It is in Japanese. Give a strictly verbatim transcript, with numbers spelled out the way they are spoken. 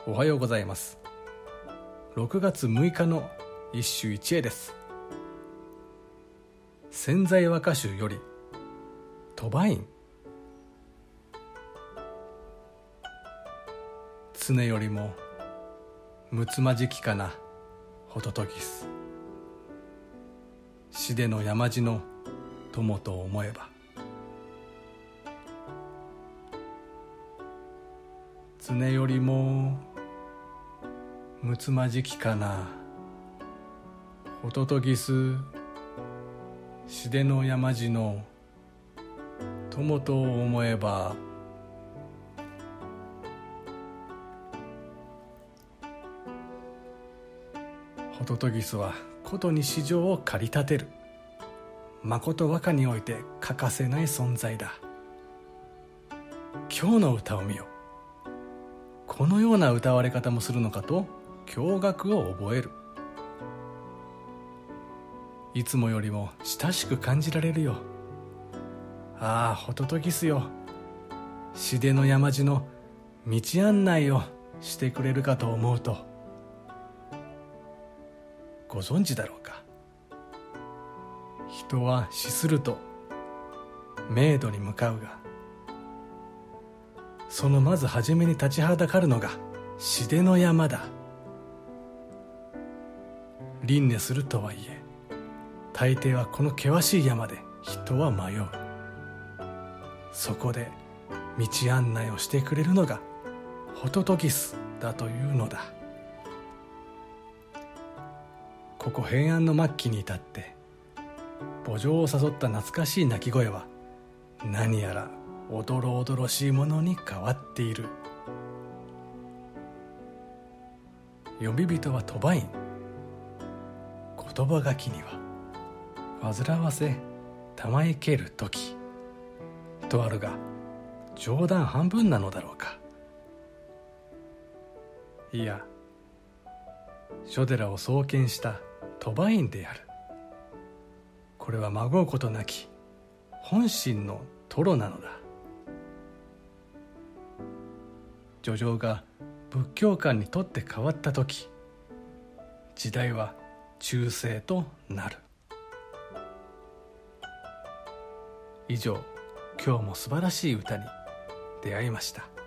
おはようございます。ろくがつむいかの一首一会です。千載和歌集より鳥羽院。常よりもむつまじきかなホトトギス。死での山路の友と思えば。常よりもむつまじきかなホトトギス。死での山路の友と思えば。ホトトギスはことに市場を駆り立てる、まこと和歌において欠かせない存在だ。今日の歌を見よ。このような歌われ方もするのかと驚愕を覚える。いつもよりも親しく感じられるよ。ああ、ホトトギスよ。死での山路の道案内をしてくれるかと思うと。ご存知だろうか。人は死すると冥土に向かうが、そのまず初めに立ちはだかるのが死での山だ。輪廻するとはいえ、大抵はこの険しい山で人は迷う。そこで道案内をしてくれるのがホトトギスだというのだ。ここ平安の末期に至って墓場を誘った懐かしい鳴き声は何やらおどろおどろしいものに変わっている。呼び人は鳥羽院。言葉書きには煩わせたまいける時とあるが、冗談半分なのだろうか。いや、諸寺を創建した鳥羽院である。これはまごうことなき本心のトロなのだ。叙情が仏教観にとって変わった時、時代は中世となる。以上、今日も素晴らしい歌に出会いました。